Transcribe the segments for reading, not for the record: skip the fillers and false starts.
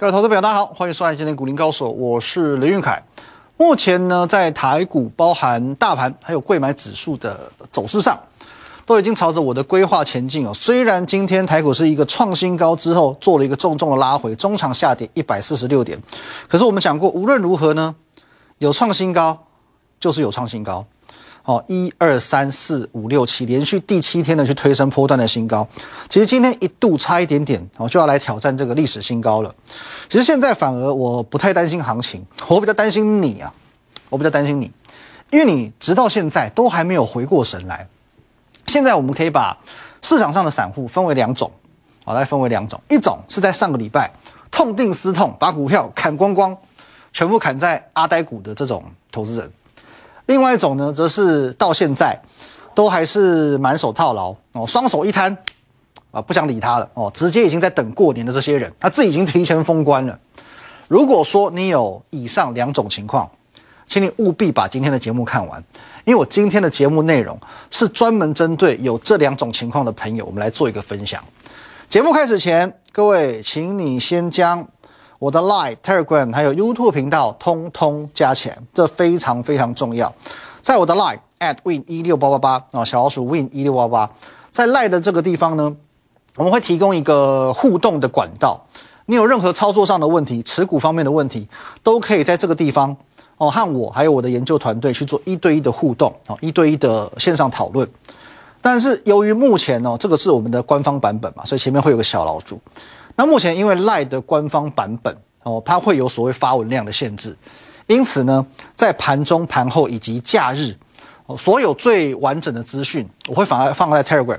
各位投资朋友，大家好，欢迎收看今天股林高手，我是林俊凯。目前呢，在台股包含大盘还有贵买指数的走势上，都已经朝着我的规划前进哦。虽然今天台股是一个创新高之后做了一个重重的拉回，中场下跌146点，可是我们讲过，无论如何呢，有创新高就是有创新高。1、2、3、4、5、6、7，连续第7天的去推升波段的新高。其实今天一度差一点点，就要来挑战这个历史新高了。其实现在反而我不太担心行情，我比较担心你啊，我比较担心你，因为你直到现在都还没有回过神来。现在我们可以把市场上的散户分为两种，来分为两种，一种是在上个礼拜痛定思痛，把股票砍光光，全部砍在阿呆股的这种投资人。另外一种呢，则是到现在都还是满手套牢双手一摊不想理他了直接已经在等过年的这些人，他自己已经提前封关了。如果说你有以上两种情况，请你务必把今天的节目看完，因为我今天的节目内容是专门针对有这两种情况的朋友，我们来做一个分享。节目开始前，各位，请你先将我的 Line、Telegram 还有 YouTube 频道通通加起来，这非常非常重要。在我的 Line @win16888小老鼠 win16888，在 Line 的这个地方呢，我们会提供一个互动的管道。你有任何操作上的问题、持股方面的问题，都可以在这个地方和我还有我的研究团队去做1对1的互动1对1的线上讨论。但是由于目前这个是我们的官方版本嘛，所以前面会有个小老鼠。那目前因为 LINE 的官方版本它会有所谓发文量的限制，因此呢，在盘中、盘后以及假日所有最完整的资讯，我会放在 Telegram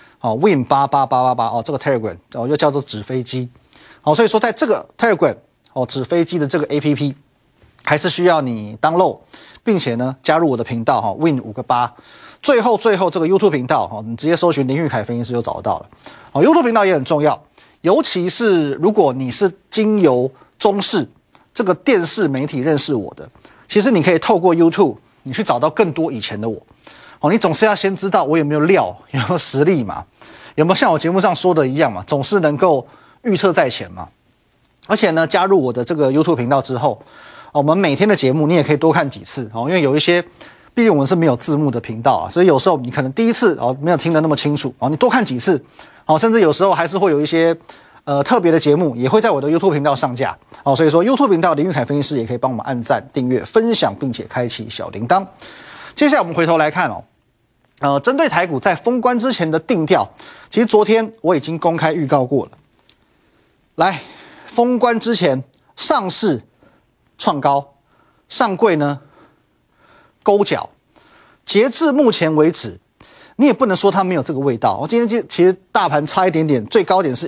Win88888这个 Telegram 又叫做纸飞机所以说在这个 Telegram 纸飞机的这个 APP 还是需要你 download， 并且呢加入我的频道Win5个8。最后这个 YouTube 频道你直接搜寻林俊凯分析师就找得到了YouTube 频道也很重要。尤其是如果你是经由中视这个电视媒体认识我的，其实你可以透过 YouTube 你去找到更多以前的我你总是要先知道我有没有料，有没有实力嘛，有没有像我节目上说的一样嘛，总是能够预测在前嘛。而且呢，加入我的这个 YouTube 频道之后我们每天的节目你也可以多看几次因为有一些毕竟我们是没有字幕的频道所以有时候你可能第一次没有听得那么清楚你多看几次甚至有时候还是会有一些特别的节目也会在我的 YouTube 频道上架所以说 YouTube 频道林俊凯分析师也可以帮我们按赞、订阅、分享，并且开启小铃铛。接下来我们回头来看针对台股在封关之前的定调，其实昨天我已经公开预告过了。来，封关之前上市创高，上柜呢勾脚，截至目前为止。你也不能说它没有这个味道今天其实大盘差一点点，最高点是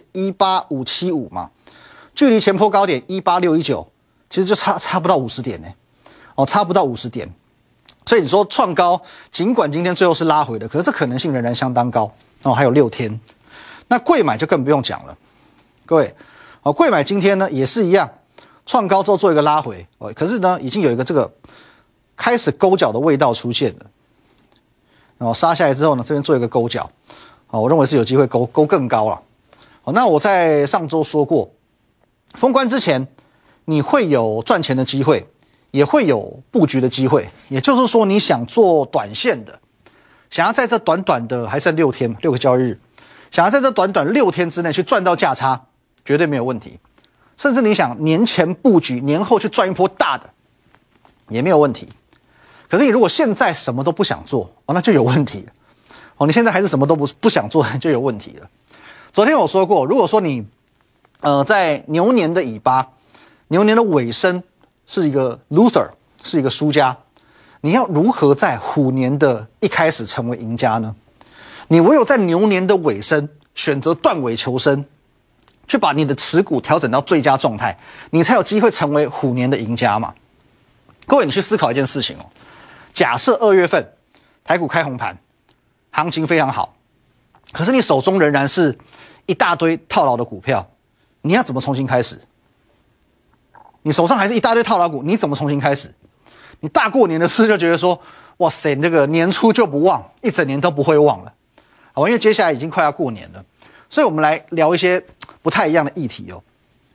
18575嘛，距离前波高点18619，其实就差不到50点呢差不到50点。所以你说创高，尽管今天最后是拉回的，可是这可能性仍然相当高还有6天。那贵买就更不用讲了，各位贵买今天呢也是一样，创高之后做一个拉回可是呢已经有一个这个开始勾脚的味道出现了。杀下来之后呢，这边做一个勾脚我认为是有机会勾更高了那我在上周说过，封关之前你会有赚钱的机会，也会有布局的机会。也就是说，你想做短线的，想要在这短短的还剩6天6个交易日，想要在这短短6天之内去赚到价差，绝对没有问题。甚至你想年前布局，年后去赚一波大的，也没有问题。可是你如果现在什么都不想做那就有问题了你现在还是什么都不想做，就有问题了。昨天我说过，如果说你在牛年的尾巴、牛年的尾声是一个 loser， 是一个输家，你要如何在虎年的一开始成为赢家呢？你唯有在牛年的尾声选择断尾求生，去把你的持股调整到最佳状态，你才有机会成为虎年的赢家嘛。各位，你去思考一件事情假设2月份台股开红盘，行情非常好，可是你手中仍然是一大堆套牢的股票，你要怎么重新开始？你手上还是一大堆套牢股，你怎么重新开始？你大过年的事就觉得说，哇塞，这个年初就不忘，一整年都不会忘了。好，因为接下来已经快要过年了，所以我们来聊一些不太一样的议题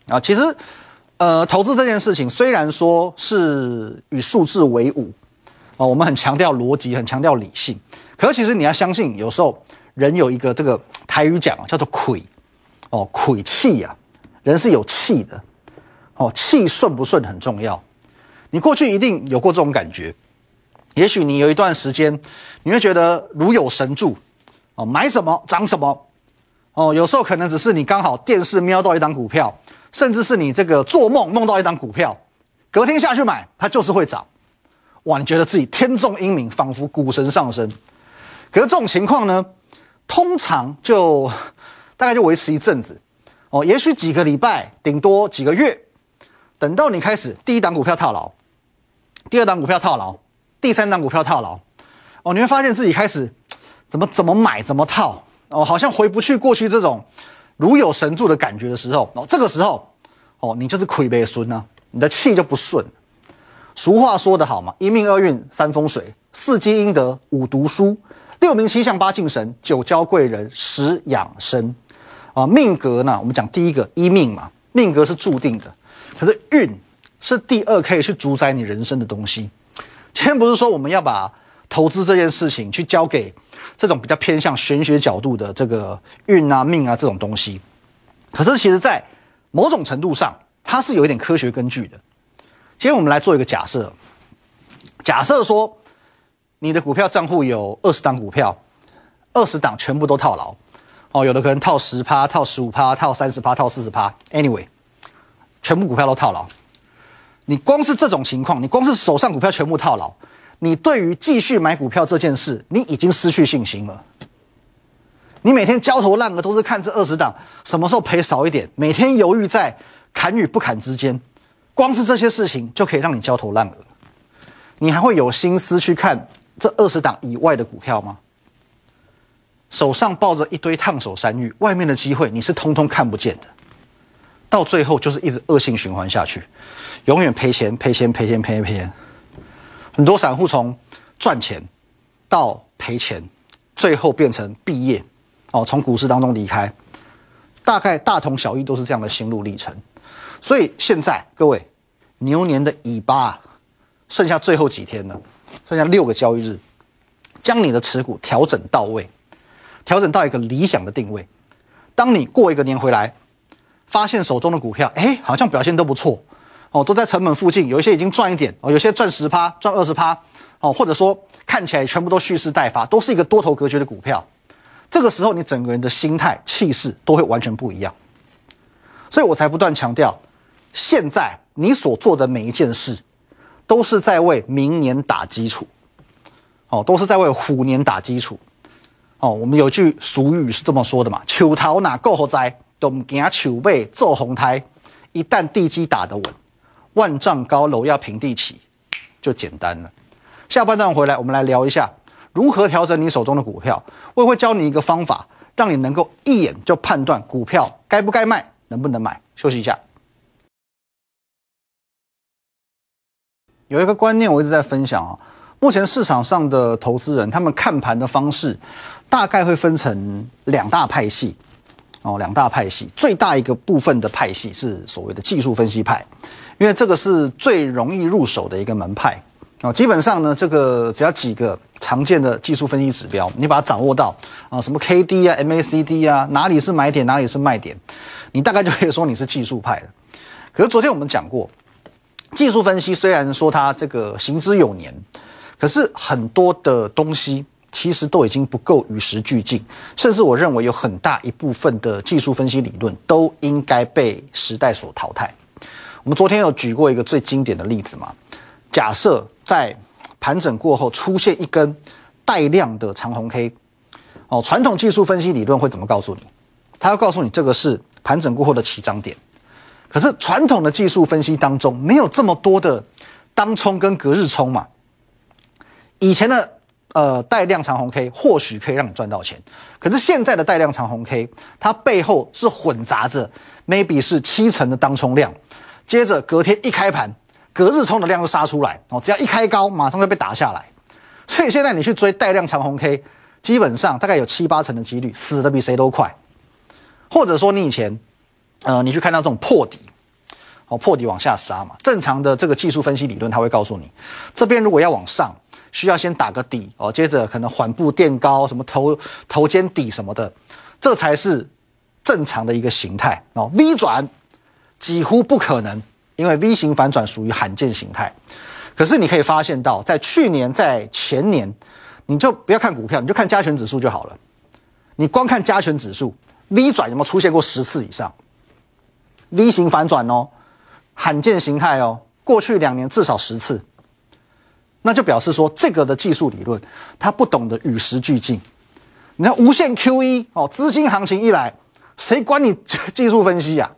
啊。其实，投资这件事情虽然说是与数字为伍，哦，我们很强调逻辑，很强调理性，可是其实你要相信，有时候人有一个这个台语讲叫做亏，哦，亏气啊，人是有气的，哦，气顺不顺很重要。你过去一定有过这种感觉，也许你有一段时间，你会觉得如有神助，哦，买什么涨什么，哦，有时候可能只是你刚好电视瞄到一档股票，甚至是你这个做梦梦到一档股票，隔天下去买，它就是会涨，哇，你觉得自己天纵英明，仿佛股神上身。可是这种情况呢，通常就大概就维持一阵子，哦，也许几个礼拜，顶多几个月，等到你开始第一档股票套牢，第二档股票套牢，第三档股票套牢，哦，你会发现自己开始怎么买怎么套，哦，好像回不去过去这种如有神助的感觉的时候，哦，这个时候，哦，你就是亏杯孙啊，你的气就不顺。俗话说得好嘛，一命二运三风水，四积阴德五读书，六名七相八敬神，九交贵人十养生。啊，命格呢，我们讲第一个一命嘛，命格是注定的，可是运是第二可以去主宰你人生的东西。今天不是说我们要把投资这件事情去交给这种比较偏向玄学角度的这个运啊命啊这种东西，可是其实在某种程度上它是有一点科学根据的。今天我们来做一个假设，假设说你的股票账户有20档股票，20档全部都套牢，哦，有的可能套10%、套15%、套30%、套40%， anyway， 全部股票都套牢。你光是这种情况，你光是手上股票全部套牢，你对于继续买股票这件事，你已经失去信心了。你每天焦头烂额都是看这20档什么时候赔少一点，每天犹豫在砍与不砍之间，光是这些事情就可以让你焦头烂额。你还会有心思去看这20档以外的股票吗？手上抱着一堆烫手山芋，外面的机会你是通通看不见的，到最后就是一直恶性循环下去，永远赔钱。很多散户从赚钱到赔钱，最后变成毕业，哦，从股市当中离开，大概大同小异，都是这样的心路历程。所以现在各位，牛年的尾巴剩下最后几天了，剩下6个交易日，将你的持股调整到位，调整到一个理想的定位。当你过一个年回来，发现手中的股票，好像表现都不错，哦，都在成本附近，有一些已经赚一点，哦，有些赚10%、赚20%，哦，或者说看起来全部都蓄势待发，都是一个多头格局的股票。这个时候，你整个人的心态、气势都会完全不一样。所以我才不断强调，现在你所做的每一件事，都是在为明年打基础，哦，都是在为虎年打基础。哦，我们有句俗语是这么说的嘛：树头哪够好栽，都唔惊树尾做红台。一旦地基打得稳，万丈高楼要平地起，就简单了。下半段回来，我们来聊一下如何调整你手中的股票。我也会教你一个方法，让你能够一眼就判断股票该不该卖，能不能买。休息一下。有一个观念我一直在分享啊，目前市场上的投资人，他们看盘的方式大概会分成2大派系。哦，2大派系，最大一个部分的派系是所谓的技术分析派，因为这个是最容易入手的一个门派。哦，基本上呢，这个只要几个常见的技术分析指标，你把它掌握到啊，什么 KD 啊、MACD 啊，哪里是买点，哪里是卖点，你大概就可以说你是技术派的。可是昨天我们讲过，技术分析虽然说它这个行之有年，可是很多的东西其实都已经不够与时俱进，甚至我认为有很大一部分的技术分析理论都应该被时代所淘汰。我们昨天有举过一个最经典的例子嘛，假设在盘整过后出现一根带量的长红 K， 哦，传统技术分析理论会怎么告诉你？它要告诉你这个是盘整过后的起涨点。可是传统的技术分析当中没有这么多的当冲跟隔日冲嘛，以前的带量长红 K 或许可以让你赚到钱，可是现在的带量长红 K 它背后是混杂着 maybe 是70%的当冲量，接着隔天一开盘隔日冲的量就杀出来，哦，只要一开高马上就被打下来。所以现在你去追带量长红 K， 基本上大概有7-8成的几率死得比谁都快。或者说你以前你去看到这种破底， 破底往下杀嘛。正常的这个技术分析理论，它会告诉你，这边如果要往上，需要先打个底接着可能缓步垫高，什么头肩底什么的，这才是正常的一个形态V 转几乎不可能，因为 V 型反转属于罕见形态。可是你可以发现到，在去年、在前年，你就不要看股票，你就看加权指数就好了。你光看加权指数 V 转有没有出现过10次以上 ？V 型反转罕见形态过去2年至少10次。那就表示说，这个的技术理论它不懂得与时俱进。你看无限 QE 资金行情一来，谁管你技术分析啊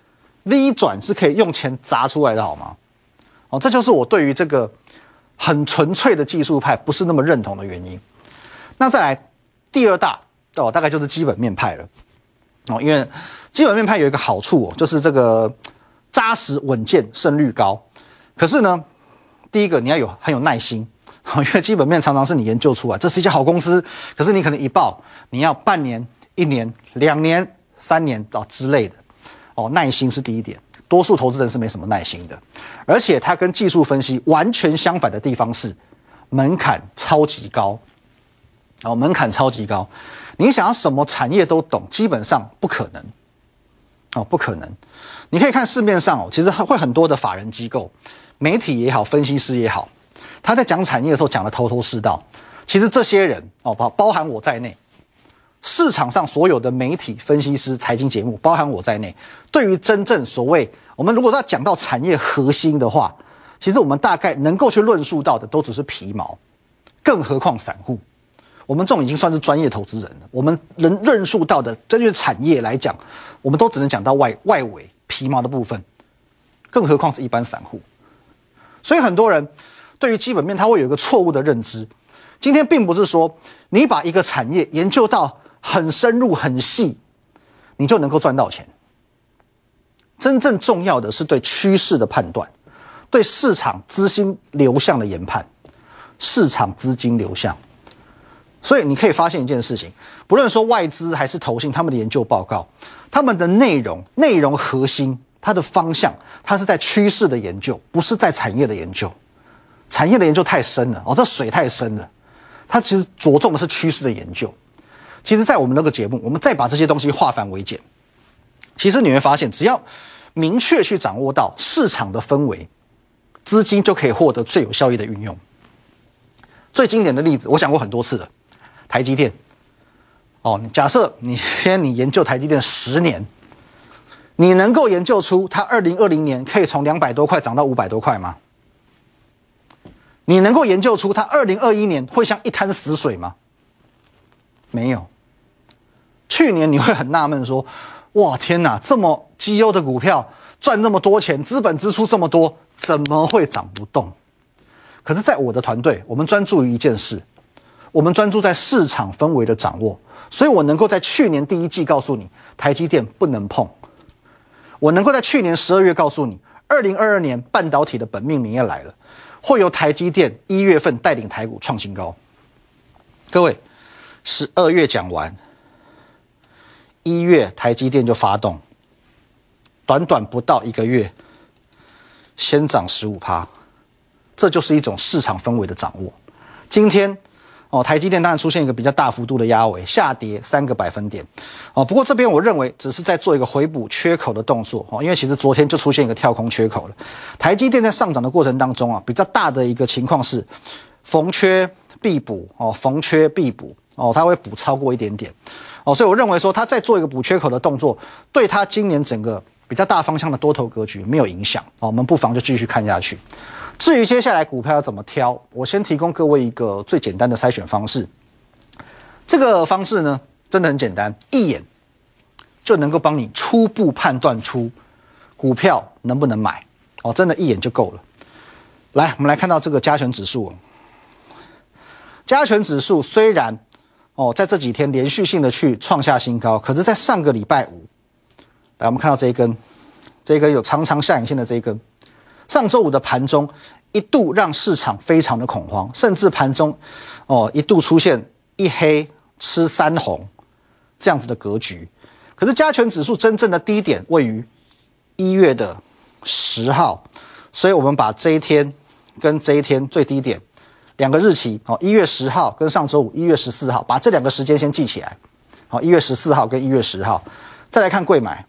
？V 转是可以用钱砸出来的好吗？这就是我对于这个很纯粹的技术派不是那么认同的原因。那再来第二大大概就是基本面派了因为基本面派有一个好处就是这个扎实稳健，胜率高。可是呢，第一个你要很有耐心，因为基本面常常是你研究出来，这是一家好公司，可是你可能一报你要半年、1年、2年、3年之类的耐心是第一点。多数投资人是没什么耐心的，而且它跟技术分析完全相反的地方是门槛超级高门槛超级高。你想要什么产业都懂，基本上不可能不可能。你可以看市面上其实会很多的法人机构、媒体也好，分析师也好，他在讲产业的时候讲得头头是道。其实这些人包含我在内，市场上所有的媒体、分析师、财经节目，包含我在内，对于真正所谓我们如果要讲到产业核心的话，其实我们大概能够去论述到的都只是皮毛，更何况散户。我们这种已经算是专业投资人了，我们能论述到的针对产业来讲，我们都只能讲到外围皮毛的部分，更何况是一般散户。所以很多人对于基本面他会有一个错误的认知。今天并不是说你把一个产业研究到很深入很细，你就能够赚到钱。真正重要的是对趋势的判断，对市场资金流向的研判，市场资金流向。所以你可以发现一件事情，不论说外资还是投信，他们的研究报告，他们的内容核心，它的方向，它是在趋势的研究，不是在产业的研究。产业的研究太深了这水太深了，它其实着重的是趋势的研究。其实在我们那个节目，我们再把这些东西化繁为简，其实你会发现，只要明确去掌握到市场的氛围，资金就可以获得最有效益的运用。最经典的例子我讲过很多次了，台积电假设你研究台积电10年，你能够研究出它2020年可以从200多块涨到500多块吗？你能够研究出它2021年会像一滩死水吗？没有。去年你会很纳闷说，哇天哪，这么绩优的股票赚那么多钱，资本支出这么多，怎么会涨不动？可是在我的团队，我们专注于一件事，我们专注在市场氛围的掌握，所以我能够在去年第一季告诉你台积电不能碰，我能够在去年12月告诉你2022年半导体的本命年要来了，会由台积电1月份带领台股创新高。各位，12月讲完，1月台积电就发动，短短不到1个月，先涨15%，这就是一种市场氛围的掌握。今天台积电当然出现一个比较大幅度的压尾，下跌3个百分点不过这边我认为只是在做一个回补缺口的动作因为其实昨天就出现一个跳空缺口了。台积电在上涨的过程当中比较大的一个情况是逢缺必补逢缺必补它会补超过一点点所以我认为说它在做一个补缺口的动作，对它今年整个比较大方向的多头格局没有影响我们不妨就继续看下去。至于接下来股票要怎么挑，我先提供各位一个最简单的筛选方式。这个方式呢，真的很简单，一眼就能够帮你初步判断出股票能不能买真的一眼就够了。来，我们来看到这个加权指数加权指数虽然在这几天连续性的去创下新高，可是在上个礼拜五，来我们看到这一根有长长下影线的这一根，上周五的盘中一度让市场非常的恐慌，甚至盘中一度出现一黑吃3红这样子的格局。可是加权指数真正的低点位于1月的 10号，所以我们把这一天跟这一天最低点2个日期，好，1月10号跟上周五1月14号，把这2个时间先记起来，好，1月14号跟1月10号，再来看贵买，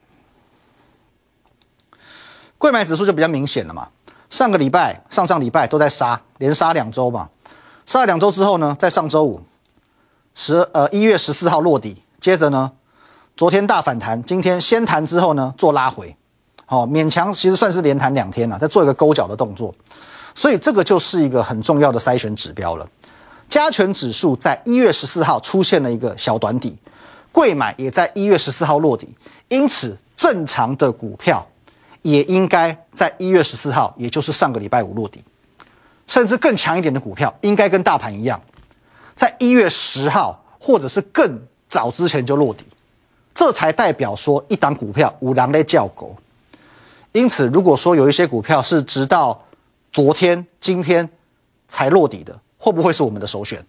贵买指数就比较明显了嘛，上个礼拜、上上礼拜都在杀，连杀2周嘛，杀了2周之后呢，在上周五1月14号落底，接着呢，昨天大反弹，今天先弹之后呢做拉回，勉强其实算是连弹2天了，再做一个勾脚的动作，所以这个就是一个很重要的筛选指标了。加权指数在1月14号出现了一个小短底，贵买也在1月14号落底，因此正常的股票也应该在1月14号，也就是上个礼拜五落底，甚至更强一点的股票应该跟大盘一样，在1月10号或者是更早之前就落底，这才代表说一档股票有人在叫狗。因此，如果说有一些股票是直到昨天、今天才落底的，会不会是我们的首选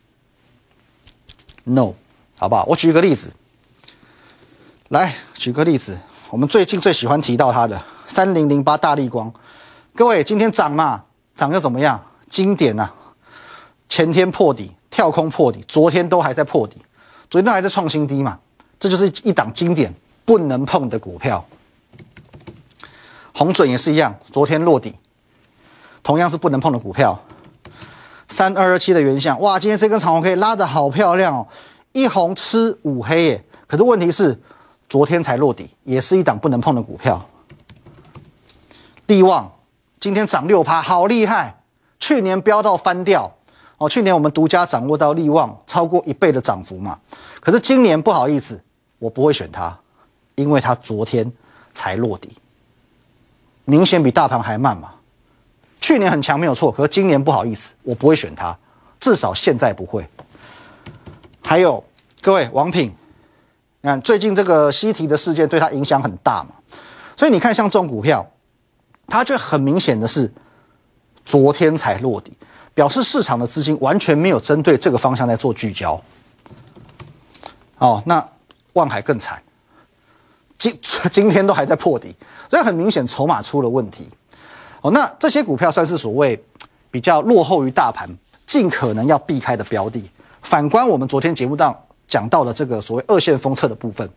？No， 好不好？我举一个例子，来举个例子，我们最近最喜欢提到它的3008大立光，各位今天涨嘛，涨又怎么样？经典啊，前天破底，跳空破底，昨天都还在破底，昨天都还在创新低嘛，这就是一档经典不能碰的股票。鸿准也是一样，昨天落底，同样是不能碰的股票。3227的原相，哇，今天这根长红 K 拉得好漂亮哦，一红吃5黑耶。可是问题是，昨天才落底，也是一档不能碰的股票。力旺今天涨6%，好厉害，去年飙到翻掉哦。去年我们独家掌握到力旺超过1倍的涨幅嘛，可是今年不好意思，我不会选它，因为它昨天才落底。明显比大盘还慢嘛，去年很强没有错，可是今年不好意思，我不会选它，至少现在不会。还有各位王品，你看最近这个西提的事件对它影响很大嘛，所以你看像这种股票，它就很明显的是昨天才落底，表示市场的资金完全没有针对这个方向在做聚焦。哦，那万海更惨。今天都还在破底，所以很明显筹码出了问题。哦，那这些股票算是所谓比较落后于大盘，尽可能要避开的标的。反观我们昨天节目上讲到的这个所谓二线封测的部分，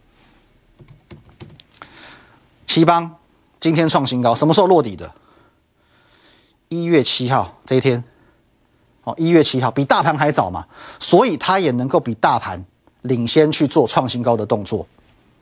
奇邦今天创新高，什么时候落底的？1月7号这一天，哦，1月7号比大盘还早嘛，所以它也能够比大盘领先去做创新高的动作。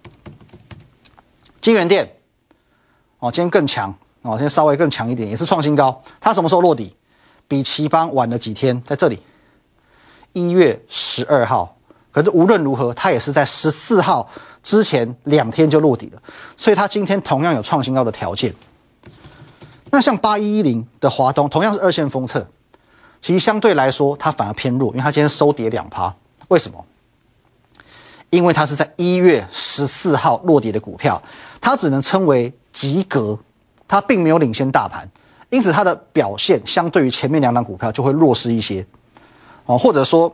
金源店，哦，今天更强哦，今天稍微更强一点，也是创新高。它什么时候落底？比奇邦晚了几天，在这里，1月12号。可是无论如何，它也是在14号之前2天就落底了，所以它今天同样有创新高的条件。那像8110的华东，同样是二线封测，其实相对来说它反而偏弱，因为它今天收跌2%。为什么？因为它是在1月14号落底的股票，它只能称为及格，它并没有领先大盘，因此它的表现相对于前面2档股票就会弱势一些。哦，或者说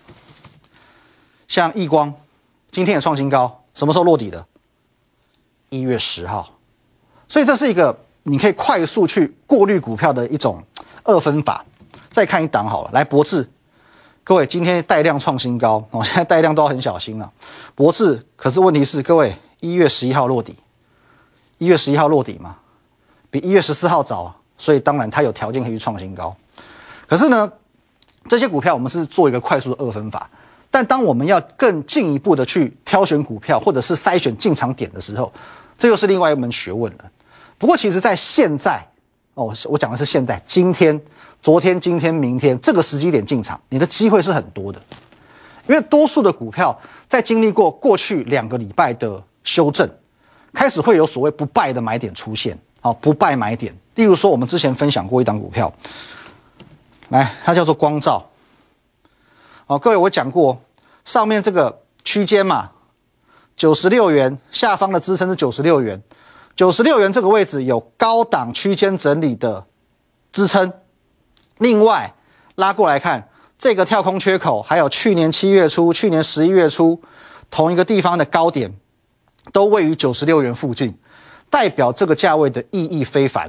像亿光，今天也创新高，什么时候落底的？1月10号。所以这是一个你可以快速去过滤股票的一种2分法。再看一档好了，来博智。各位，今天带量创新高，哦，现在带量都要很小心了。博智，可是问题是，各位1月11号落底，1月11号落底嘛，比1月14号早，所以当然它有条件可以去创新高。可是呢，这些股票我们是做一个快速的2分法，但当我们要更进一步的去挑选股票或者是筛选进场点的时候，这又是另外一门学问了。不过其实在现在，哦，我讲的是现在，今天。昨天、今天、明天这个时机点进场，你的机会是很多的，因为多数的股票在经历过过去2个礼拜的修正，开始会有所谓不败的买点出现。好，不败买点，例如说我们之前分享过一档股票，来，它叫做光照。好，各位我讲过，上面这个区间嘛，96元，下方的支撑是96元，96元这个位置有高档区间整理的支撑。另外拉过来看，这个跳空缺口，还有去年7月初、去年11月初同一个地方的高点，都位于96元附近，代表这个价位的意义非凡。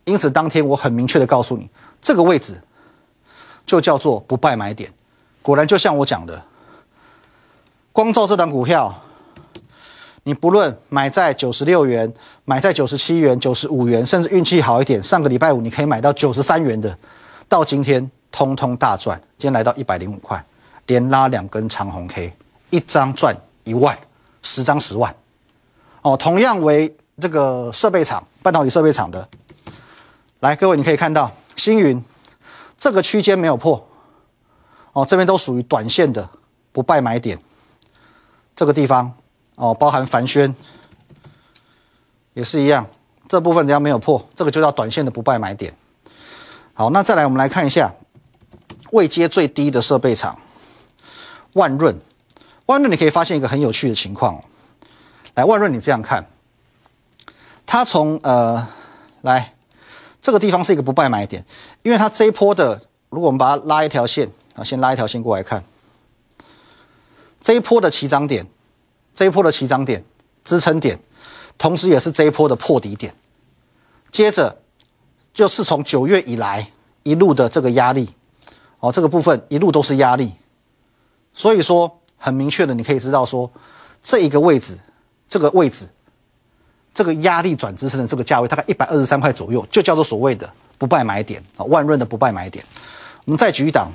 因此当天我很明确的告诉你，这个位置就叫做不败买点。果然就像我讲的，光照这档股票，你不论买在96元，买在97元、95元，甚至运气好一点，上个礼拜五你可以买到93元的，到今天通通大赚。今天来到105块，连拉2根长红 K， 一张赚1万，10张10万。哦，同样为这个设备厂、半导体设备厂的，来各位你可以看到，星云这个区间没有破，哦，这边都属于短线的不败买点，这个地方。哦，包含凡轩也是一样，这部分只要没有破，这个就叫短线的不败买点。好，那再来我们来看一下位阶最低的设备厂万润。万润你可以发现一个很有趣的情况哦。来，万润你这样看，它从来这个地方是一个不败买点，因为它这一波的，如果我们把它拉一条线啊，先拉一条线过来看，这一波的起涨点。这一波的起涨点、支撑点，同时也是这一波的破底点。接着就是从9月以来一路的这个压力，哦，这个部分一路都是压力。所以说，很明确的，你可以知道说，这一个位置，这个位置，这个压力转支撑的这个价位，大概123块左右，就叫做所谓的不败买点啊，万润的不败买点。我们再举一档，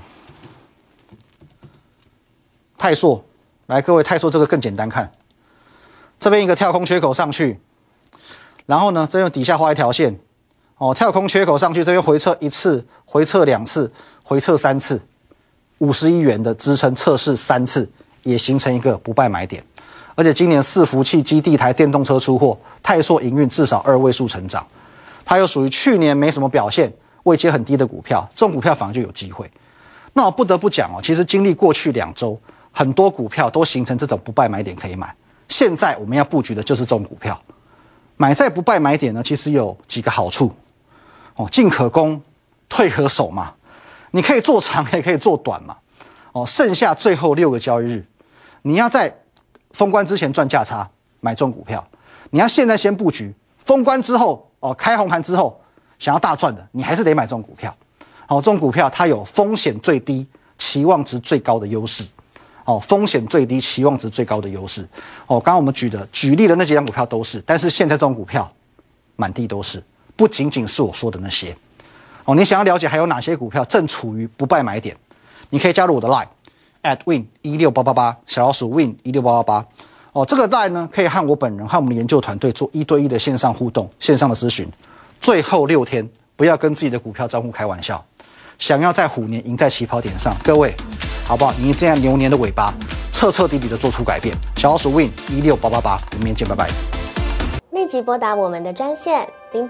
泰硕。来，各位，泰硕这个更简单看，这边一个跳空缺口上去，然后呢，这边底下画一条线，哦，跳空缺口上去，这边回撤1次，回撤2次，回撤3次，51元的支撑测试3次，也形成一个不败买点。而且今年伺服器、基地台、电动车出货，泰硕营运至少2位数成长，它又属于去年没什么表现、位阶很低的股票，这种股票反而就有机会。那我不得不讲哦，其实经历过去2周。很多股票都形成这种不败买点可以买，现在我们要布局的就是这种股票。买在不败买点呢，其实有几个好处哦，进可攻，退可守嘛。你可以做长，也可以做短嘛。哦，剩下最后6个交易日，你要在封关之前赚价差买这种股票，你要现在先布局，封关之后哦，开红盘之后想要大赚的，你还是得买这种股票。哦，这种股票它有风险最低、期望值最高的优势。哦，风险最低、期望值最高的优势。哦，刚刚我们举例的那几张股票都是，但是现在这种股票满地都是，不仅仅是我说的那些。哦，你想要了解还有哪些股票正处于不败买点，你可以加入我的 Line @win16888 小老鼠 win16888。哦，这个 Line 呢可以和我本人和我们的研究团队做1对1的线上互动、线上的咨询。最后6天不要跟自己的股票账户开玩笑，想要在虎年赢在起跑点上，各位。好不好？你这样牛年的尾巴，彻彻底底的做出改变。小老鼠 win16888，我们明天见，拜拜。 立即拨打我们的专线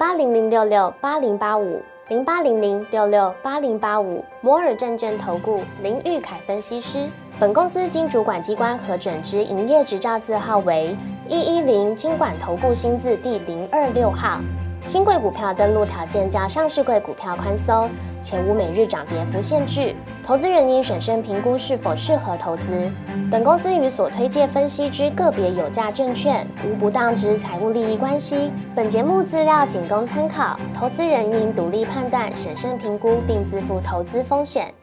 0800668085，0800668085，摩尔证券投顾林玉凯分析师。本公司经主管机关核准之营业执照字号为110金管投顾新字第026号。新贵股票登录条件较上市贵股票宽松，且无每日涨跌幅限制。投资人应审慎评估是否适合投资。本公司与所推介分析之个别有价证券无不当之财务利益关系。本节目资料仅供参考，投资人应独立判断、审慎评估，并自负投资风险。